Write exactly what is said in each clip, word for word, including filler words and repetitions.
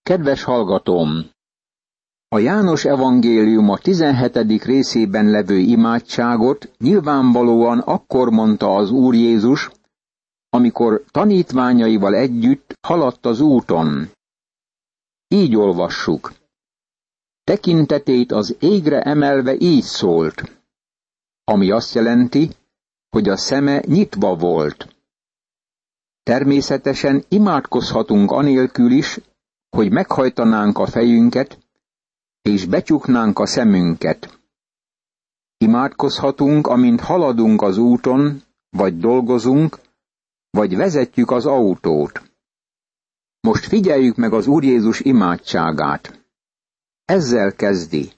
Kedves hallgatóm! A János evangéliuma tizenhetedik részében levő imádságot nyilvánvalóan akkor mondta az Úr Jézus, amikor tanítványaival együtt haladt az úton. Így olvassuk. Tekintetét az égre emelve így szólt, ami azt jelenti, hogy a szeme nyitva volt. Természetesen imádkozhatunk anélkül is, hogy meghajtanánk a fejünket, és becsuknánk a szemünket. Imádkozhatunk, amint haladunk az úton, vagy dolgozunk, vagy vezetjük az autót. Most figyeljük meg az Úr Jézus imádságát. Ezzel kezdi.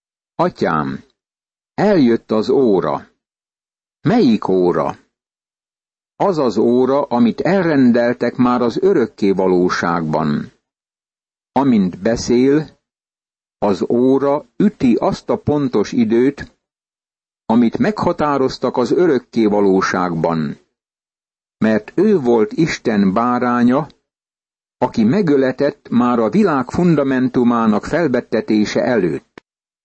Atyám, eljött az óra. Melyik óra? Az az óra, amit elrendeltek már az örökké valóságban. Amint beszél, az óra üti azt a pontos időt, amit meghatároztak az örökké valóságban, mert ő volt Isten báránya, aki megöletett már a világ fundamentumának felbettetése előtt.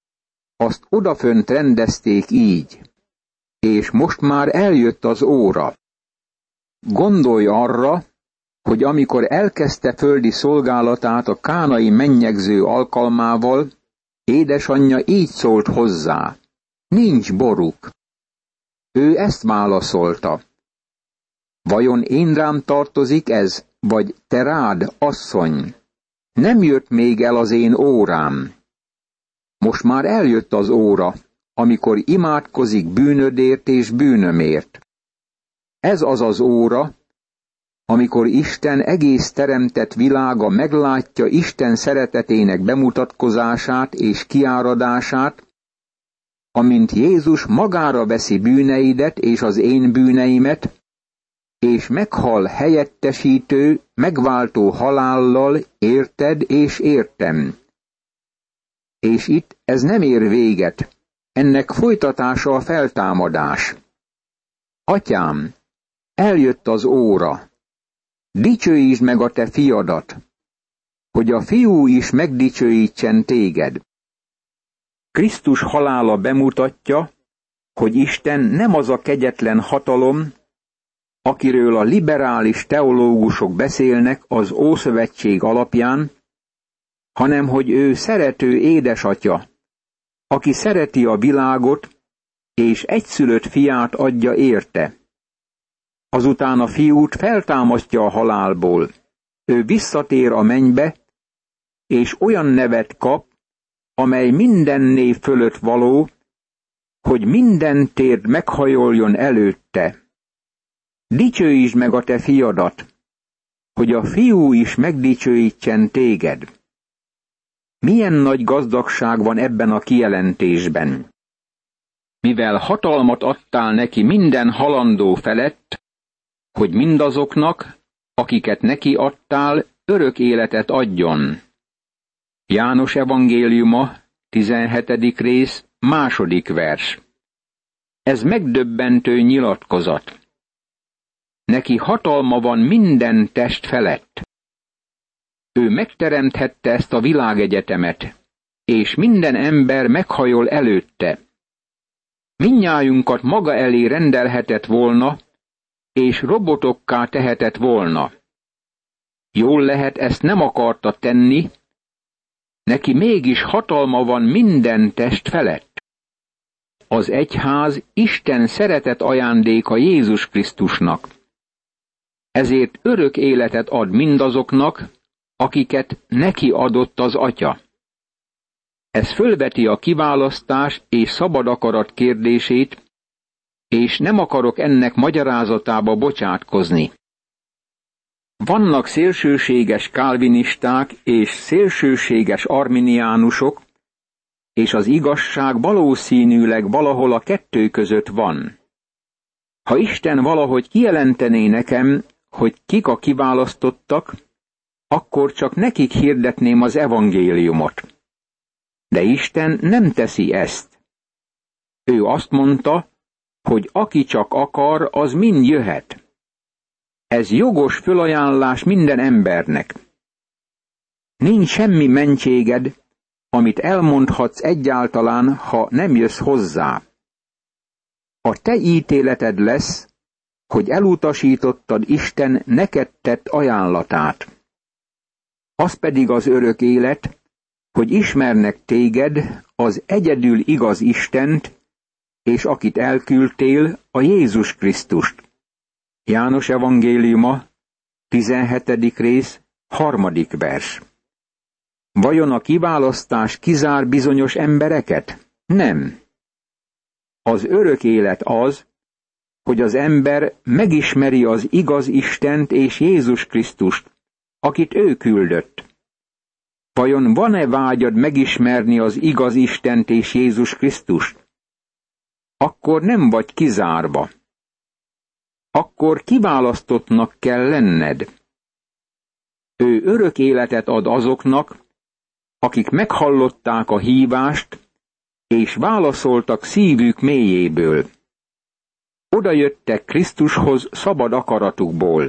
Azt odafönt rendezték így, és most már eljött az óra. Gondolj arra, hogy amikor elkezdte földi szolgálatát a kánai mennyegző alkalmával, édesanyja így szólt hozzá, nincs boruk. Ő ezt válaszolta. Vajon én rám tartozik ez, vagy te rád, asszony? Nem jött még el az én órám. Most már eljött az óra, amikor imádkozik bűnödért és bűnömért. Ez az az óra, amikor Isten egész teremtett világa meglátja Isten szeretetének bemutatkozását és kiáradását, amint Jézus magára veszi bűneidet és az én bűneimet, és meghal helyettesítő, megváltó halállal érted és értem. És itt ez nem ér véget, ennek folytatása a feltámadás. Atyám, eljött az óra. Dicsőítsd meg a te fiadat, hogy a fiú is megdicsőítsen téged. Krisztus halála bemutatja, hogy Isten nem az a kegyetlen hatalom, akiről a liberális teológusok beszélnek az Ószövetség alapján, hanem hogy ő szerető édesatya, aki szereti a világot, és egyszülött fiát adja érte. Azután a fiút feltámasztja a halálból. Ő visszatér a mennybe, és olyan nevet kap, amely minden név fölött való, hogy minden térd meghajoljon előtte. Dicsőítsd meg a te fiadat, hogy a fiú is megdicsőítsen téged. Milyen nagy gazdagság van ebben a kijelentésben. Mivel hatalmat adtál neki minden halandó felett, hogy mindazoknak, akiket neki adtál, örök életet adjon. János evangéliuma, tizenhetedik rész, második vers. Ez megdöbbentő nyilatkozat. Neki hatalma van minden test felett. Ő megteremthette ezt a világegyetemet, és minden ember meghajol előtte. Mindnyájunkat maga elé rendelhetett volna, és robotokká tehetett volna. Jól lehet, ezt nem akarta tenni, neki mégis hatalma van minden test felett. Az egyház Isten szeretet ajándéka Jézus Krisztusnak. Ezért örök életet ad mindazoknak, akiket neki adott az Atya. Ez fölveti a kiválasztás és szabad akarat kérdését, és nem akarok ennek magyarázatába bocsátkozni. Vannak szélsőséges kálvinisták és szélsőséges arminiánusok, és az igazság valószínűleg valahol a kettő között van. Ha Isten valahogy kijelentené nekem, hogy kik a kiválasztottak, akkor csak nekik hirdetném az evangéliumot. De Isten nem teszi ezt. Ő azt mondta, hogy aki csak akar, az mind jöhet. Ez jogos fölajánlás minden embernek. Nincs semmi mentséged, amit elmondhatsz egyáltalán, ha nem jössz hozzá. A te ítéleted lesz, hogy elutasítottad Isten neked tett ajánlatát. Az pedig az örök élet, hogy ismernek téged, az egyedül igaz Istent, és akit elküldtél, a Jézus Krisztust. János evangéliuma, tizenhetedik rész, harmadik vers. Vajon a kiválasztás kizár bizonyos embereket? Nem. Az örök élet az, hogy az ember megismeri az igaz Istent és Jézus Krisztust, akit ő küldött. Vajon van-e vágyad megismerni az igaz Istent és Jézus Krisztust? Akkor nem vagy kizárva. Akkor kiválasztottnak kell lenned. Ő örök életet ad azoknak, akik meghallották a hívást, és válaszoltak szívük mélyéből. Oda jöttek Krisztushoz szabad akaratukból,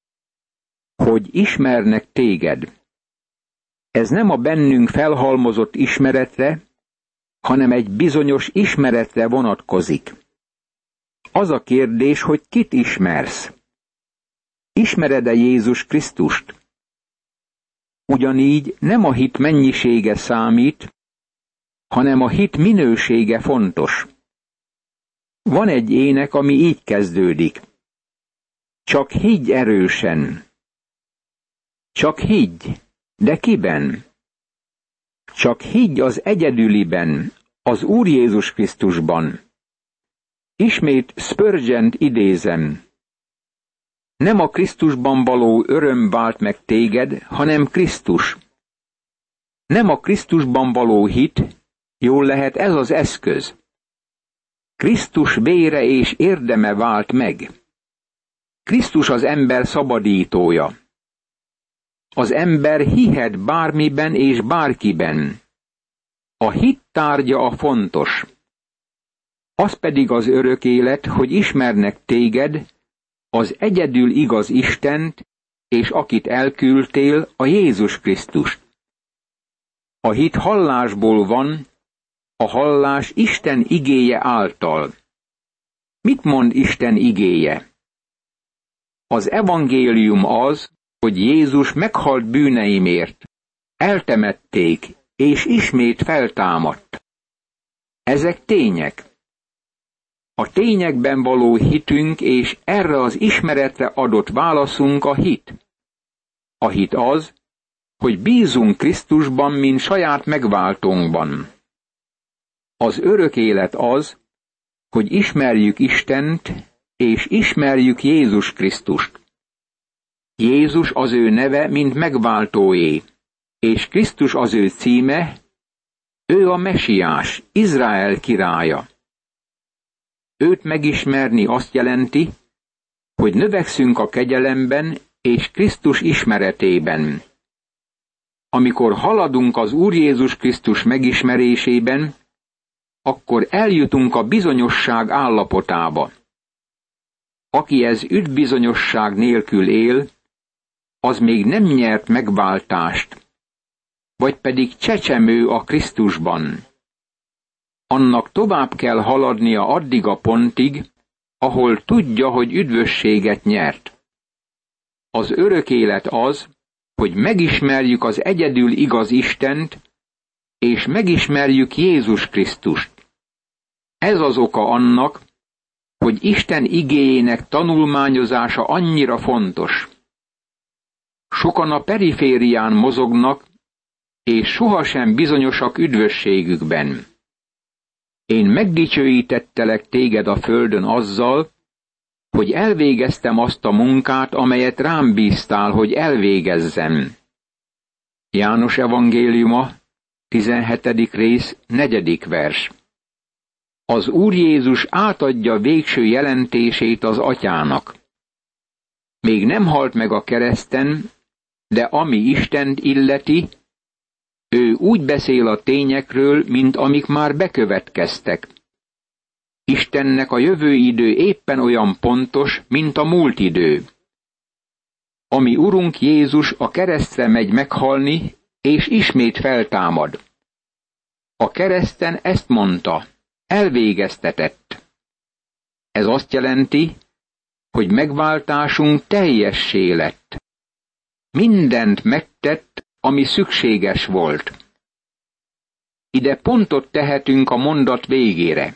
hogy ismernek téged. Ez nem a bennünk felhalmozott ismeretre, hanem egy bizonyos ismeretre vonatkozik. Az a kérdés, hogy kit ismersz. Ismered-e Jézus Krisztust? Ugyanígy nem a hit mennyisége számít, hanem a hit minősége fontos. Van egy ének, ami így kezdődik. Csak higgy erősen. Csak higgy, de kiben? Csak higgy az egyedüliben, az Úr Jézus Krisztusban. Ismét Spurgeont idézem. Nem a Krisztusban való öröm vált meg téged, hanem Krisztus. Nem a Krisztusban való hit, jól lehet ez az eszköz. Krisztus vére és érdeme vált meg. Krisztus az ember szabadítója. Az ember hihet bármiben és bárkiben. A hit tárgya a fontos. Az pedig az örök élet, hogy ismernek téged, az egyedül igaz Istent, és akit elküldtél, a Jézus Krisztust. A hit hallásból van, a hallás Isten igéje által. Mit mond Isten igéje? Az evangélium az, hogy Jézus meghalt bűneimért, eltemették, és ismét feltámadt. Ezek tények. A tényekben való hitünk és erre az ismeretre adott válaszunk a hit. A hit az, hogy bízunk Krisztusban, mint saját megváltónkban. Az örök élet az, hogy ismerjük Istent, és ismerjük Jézus Krisztust. Jézus az ő neve, mint megváltóé, és Krisztus az ő címe, ő a Mesiás, Izrael királya. Őt megismerni azt jelenti, hogy növekszünk a kegyelemben és Krisztus ismeretében. Amikor haladunk az Úr Jézus Krisztus megismerésében, akkor eljutunk a bizonyosság állapotába. Aki ez üdvbizonyosság nélkül él, az még nem nyert megváltást, vagy pedig csecsemő a Krisztusban. Annak tovább kell haladnia addig a pontig, ahol tudja, hogy üdvösséget nyert. Az örök élet az, hogy megismerjük az egyedül igaz Istent, és megismerjük Jézus Krisztust. Ez az oka annak, hogy Isten igéjének tanulmányozása annyira fontos. Sokan a periférián mozognak, és sohasem bizonyosak üdvösségükben. Én megdicsőítettelek téged a földön azzal, hogy elvégeztem azt a munkát, amelyet rám bíztál, hogy elvégezzem. János evangéliuma, tizenhetedik rész, negyedik vers. Az Úr Jézus átadja végső jelentését az Atyának. Még nem halt meg a kereszten, de ami Istent illeti, ő úgy beszél a tényekről, mint amik már bekövetkeztek. Istennek a jövő idő éppen olyan pontos, mint a múlt idő. Ami Urunk Jézus a keresztre megy meghalni, és ismét feltámad. A kereszten ezt mondta, elvégeztetett. Ez azt jelenti, hogy megváltásunk teljessé lett. Mindent megtett, ami szükséges volt. Ide pontot tehetünk a mondat végére.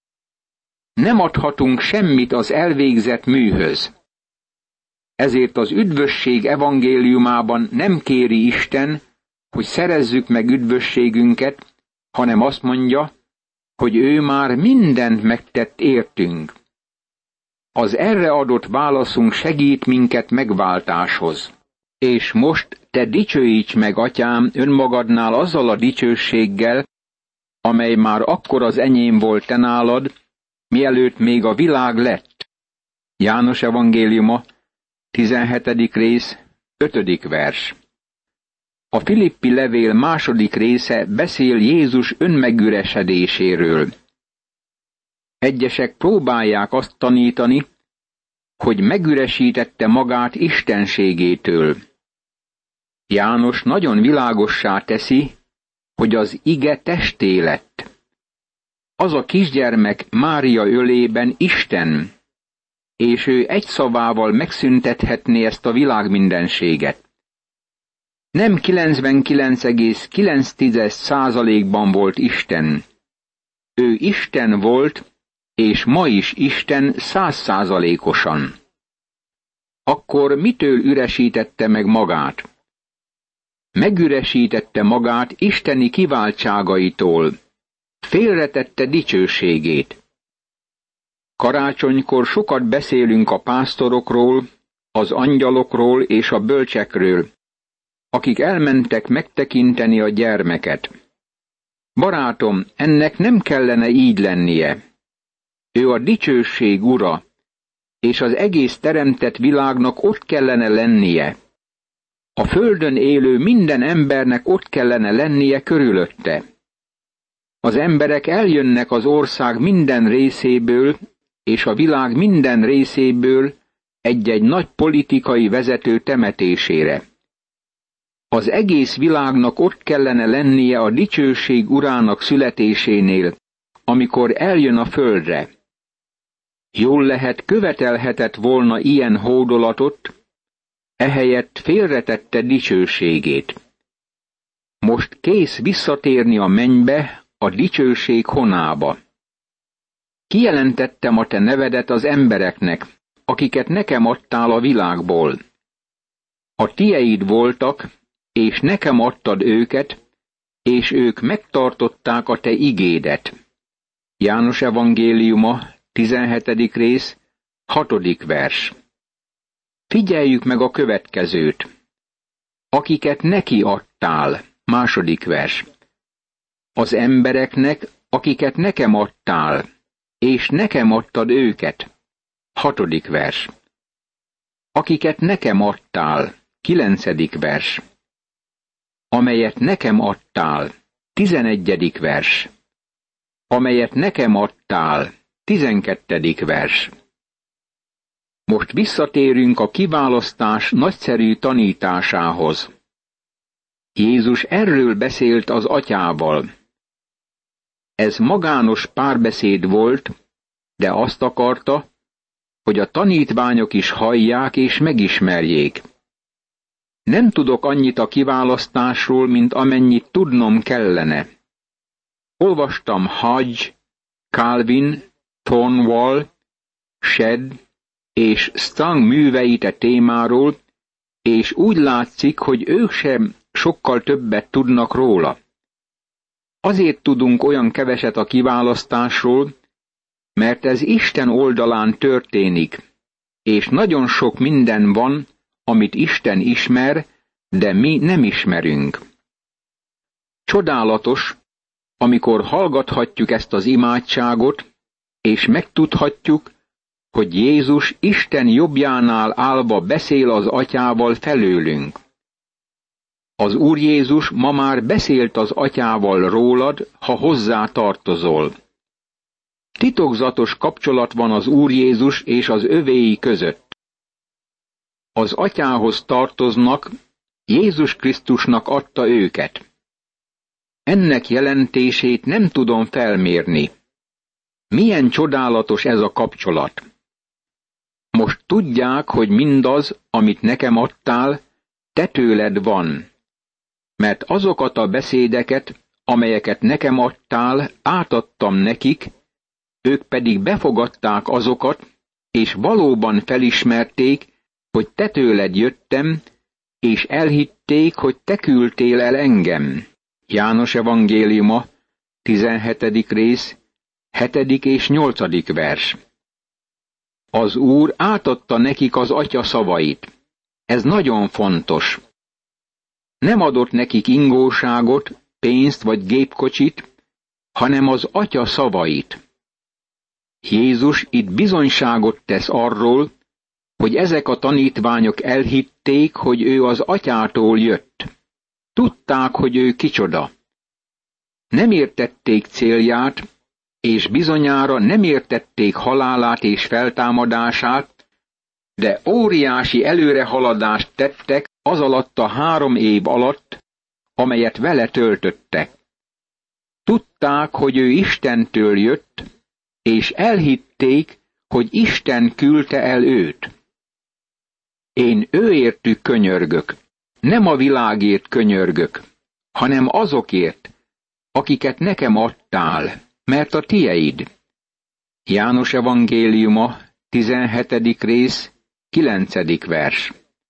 Nem adhatunk semmit az elvégzett műhöz. Ezért az üdvösség evangéliumában nem kéri Isten, hogy szerezzük meg üdvösségünket, hanem azt mondja, hogy ő már mindent megtett értünk. Az erre adott válaszunk segít minket megváltáshoz. És most te dicsőíts meg, atyám, önmagadnál azzal a dicsőséggel, amely már akkor az enyém volt te nálad, mielőtt még a világ lett. János evangéliuma, tizenhetedik rész, ötödik vers. A Filippi levél második része beszél Jézus önmegüresedéséről. Egyesek próbálják azt tanítani, hogy megüresítette magát istenségétől. János nagyon világossá teszi, hogy az ige testé lett. Az a kisgyermek Mária ölében Isten, és ő egy szavával megszüntethetné ezt a világmindenséget. Nem kilencvenkilenc egész kilenc százalékban volt Isten. Ő Isten volt, és ma is Isten száz százalékosan. Akkor mitől üresítette meg magát? Megüresítette magát isteni kiváltságaitól, félretette dicsőségét. Karácsonykor sokat beszélünk a pásztorokról, az angyalokról és a bölcsekről, akik elmentek megtekinteni a gyermeket. Barátom, ennek nem kellene így lennie. Ő a dicsőség ura, és az egész teremtett világnak ott kellene lennie. A földön élő minden embernek ott kellene lennie körülötte. Az emberek eljönnek az ország minden részéből, és a világ minden részéből egy-egy nagy politikai vezető temetésére. Az egész világnak ott kellene lennie a dicsőség urának születésénél, amikor eljön a földre. Jól lehet, követelhetett volna ilyen hódolatot, ehelyett félretette dicsőségét. Most kész visszatérni a mennybe, a dicsőség honába. Kijelentettem a te nevedet az embereknek, akiket nekem adtál a világból. A tieid voltak, és nekem adtad őket, és ők megtartották a te igédet. János evangéliuma, tizenhetedik rész, hatodik vers. Figyeljük meg a következőt. Akiket neki adtál, második vers. Az embereknek, akiket nekem adtál, és nekem adtad őket, hatodik vers. Akiket nekem adtál, kilencedik vers. Amelyet nekem adtál, tizenegyedik vers. Amelyet nekem adtál, tizenkettedik vers. Most visszatérünk a kiválasztás nagyszerű tanításához. Jézus erről beszélt az atyával. Ez magános párbeszéd volt, de azt akarta, hogy a tanítványok is hallják és megismerjék. Nem tudok annyit a kiválasztásról, mint amennyit tudnom kellene. Olvastam Hodge, Calvin, Thornwall, Shedd és Stang műveit a témáról, és úgy látszik, hogy ők sem sokkal többet tudnak róla. Azért tudunk olyan keveset a kiválasztásról, mert ez Isten oldalán történik, és nagyon sok minden van, amit Isten ismer, de mi nem ismerünk. Csodálatos, amikor hallgathatjuk ezt az imádságot, és megtudhatjuk, hogy Jézus Isten jobbjánál állva beszél az atyával felőlünk. Az Úr Jézus ma már beszélt az atyával rólad, ha hozzá tartozol. Titokzatos kapcsolat van az Úr Jézus és az övéi között. Az atyához tartoznak, Jézus Krisztusnak adta őket. Ennek jelentését nem tudom felmérni. Milyen csodálatos ez a kapcsolat. Most tudják, hogy mindaz, amit nekem adtál, te tőled van. Mert azokat a beszédeket, amelyeket nekem adtál, átadtam nekik, ők pedig befogadták azokat, és valóban felismerték, hogy te tőled jöttem, és elhitték, hogy te küldtél el engem. János evangéliuma, tizenhetedik rész, hetedik és nyolcadik vers. Az Úr átadta nekik az Atya szavait. Ez nagyon fontos. Nem adott nekik ingóságot, pénzt vagy gépkocsit, hanem az Atya szavait. Jézus itt bizonyságot tesz arról, hogy ezek a tanítványok elhitték, hogy ő az Atyától jött. Tudták, hogy ő kicsoda. Nem értették célját, és bizonyára nem értették halálát és feltámadását, de óriási előrehaladást tettek az alatt a három év alatt, amelyet vele töltöttek. Tudták, hogy ő Istentől jött, és elhitték, hogy Isten küldte el őt. Én őértük könyörgök, nem a világért könyörgök, hanem azokért, akiket nekem adtál, mert a tieid. János evangéliuma, tizenhetedik rész, kilencedik vers.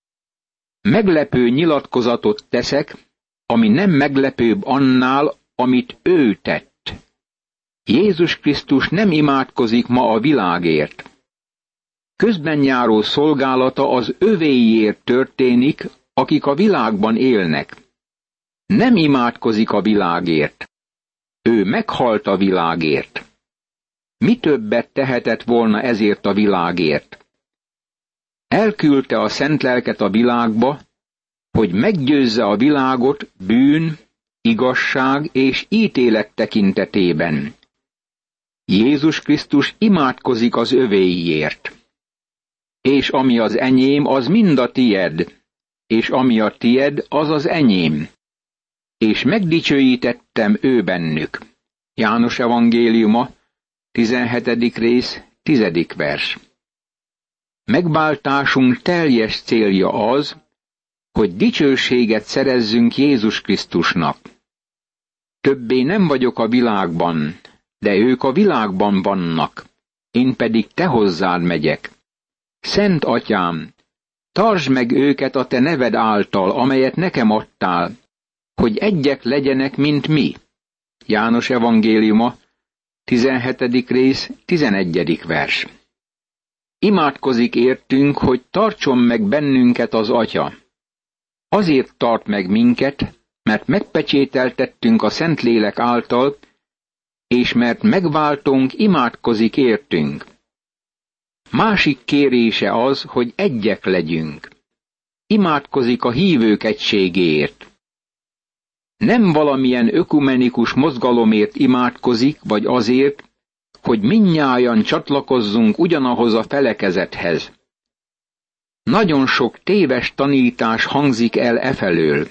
Meglepő nyilatkozatot teszek, ami nem meglepőbb annál, amit ő tett. Jézus Krisztus nem imádkozik ma a világért. Közben járó szolgálata az övéiért történik, akik a világban élnek. Nem imádkozik a világért. Ő meghalt a világért. Mi többet tehetett volna ezért a világért? Elküldte a szent lelket a világba, hogy meggyőzze a világot bűn, igazság és ítélet tekintetében. Jézus Krisztus imádkozik az övéiért. És ami az enyém, az mind a tied, és ami a tied, az az enyém. És megdicsőítettem ő bennük. János evangéliuma, tizenhetedik rész, tizedik vers. Megváltásunk teljes célja az, hogy dicsőséget szerezzünk Jézus Krisztusnak. Többé nem vagyok a világban, de ők a világban vannak, én pedig te hozzád megyek. Szent Atyám, tartsd meg őket a te neved által, amelyet nekem adtál, hogy egyek legyenek, mint mi. János evangéliuma, tizenhetedik rész, tizenegyedik vers. Imádkozik értünk, hogy tartson meg bennünket az Atya. Azért tart meg minket, mert megpecsételtettünk a Szentlélek által, és mert megváltónk imádkozik értünk. Másik kérése az, hogy egyek legyünk. Imádkozik a hívők egységéért. Nem valamilyen ökumenikus mozgalomért imádkozik, vagy azért, hogy mindnyájan csatlakozzunk ugyanahoz a felekezethez. Nagyon sok téves tanítás hangzik el efelől.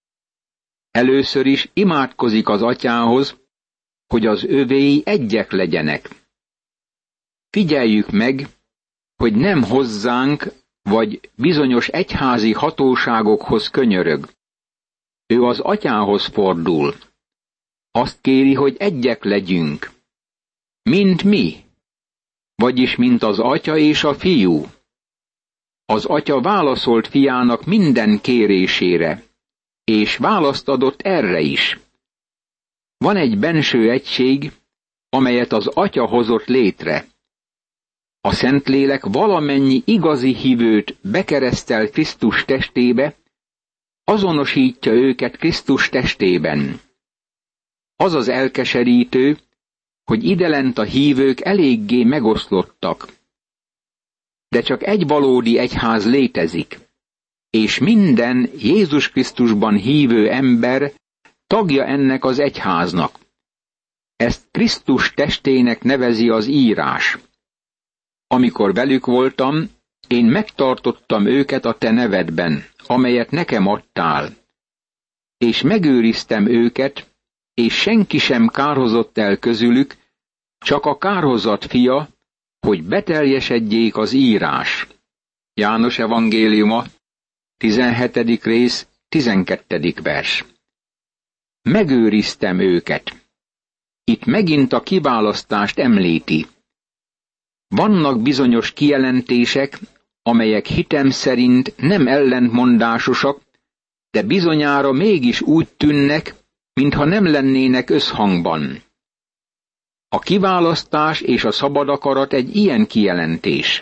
Először is imádkozik az Atyához, hogy az övéi egyek legyenek. Figyeljük meg, hogy nem hozzánk, vagy bizonyos egyházi hatóságokhoz könyörög. Ő az Atyához fordul. Azt kéri, hogy egyek legyünk. Mint mi, vagyis mint az Atya és a Fiú. Az Atya válaszolt fiának minden kérésére, és választ adott erre is. Van egy benső egység, amelyet az Atya hozott létre. A Szentlélek valamennyi igazi hívőt bekeresztel Krisztus testébe, azonosítja őket Krisztus testében. Az az elkeserítő, hogy idelent a hívők eléggé megoszlottak. De csak egy valódi egyház létezik, és minden Jézus Krisztusban hívő ember tagja ennek az egyháznak. Ezt Krisztus testének nevezi az írás. Amikor velük voltam, én megtartottam őket a te nevedben, amelyet nekem adtál, és megőriztem őket, és senki sem kárhozott el közülük, csak a kárhozat fia, hogy beteljesedjék az írás. János evangéliuma, tizenhetedik rész, tizenkettedik vers. Megőriztem őket. Itt megint a kiválasztást említi. Vannak bizonyos kijelentések, amelyek hitem szerint nem ellentmondásosak, de bizonyára mégis úgy tűnnek, mintha nem lennének összhangban. A kiválasztás és a szabad akarat egy ilyen kijelentés.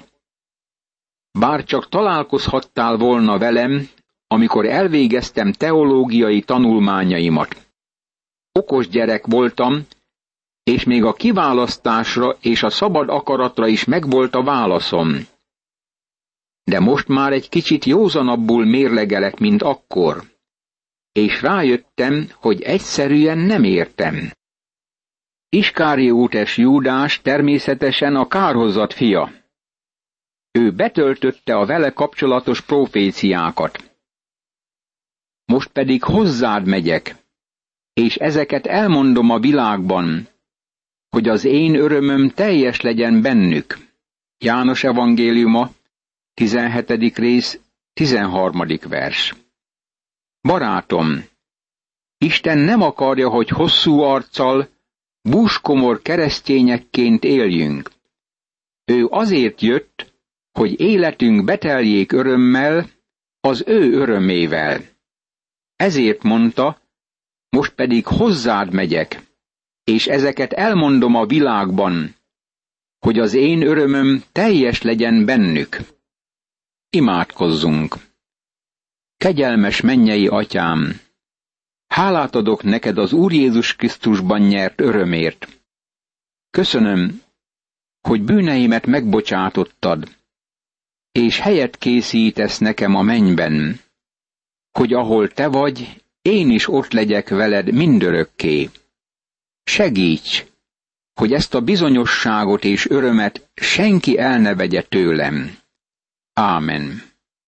Bár csak találkozhattál volna velem, amikor elvégeztem teológiai tanulmányaimat. Okos gyerek voltam, és még a kiválasztásra és a szabad akaratra is megvolt a válaszom. De most már egy kicsit józanabbul mérlegelek, mint akkor, és rájöttem, hogy egyszerűen nem értem. Iskariótes Júdás természetesen a kárhozat fia. Ő betöltötte a vele kapcsolatos proféciákat. Most pedig hozzád megyek, és ezeket elmondom a világban, hogy az én örömöm teljes legyen bennük. János evangéliuma, tizenhetedik rész, tizenharmadik vers. Barátom, Isten nem akarja, hogy hosszú arccal, búskomor keresztényekként éljünk. Ő azért jött, hogy életünk beteljék örömmel, az ő örömével. Ezért mondta, most pedig hozzád megyek, és ezeket elmondom a világban, hogy az én örömöm teljes legyen bennük. Imádkozzunk! Kegyelmes mennyei Atyám! Hálát adok neked az Úr Jézus Krisztusban nyert örömért. Köszönöm, hogy bűneimet megbocsátottad, és helyet készítesz nekem a mennyben, hogy ahol te vagy, én is ott legyek veled mindörökké. Segíts, hogy ezt a bizonyosságot és örömet senki el ne vegye tőlem. Ámen.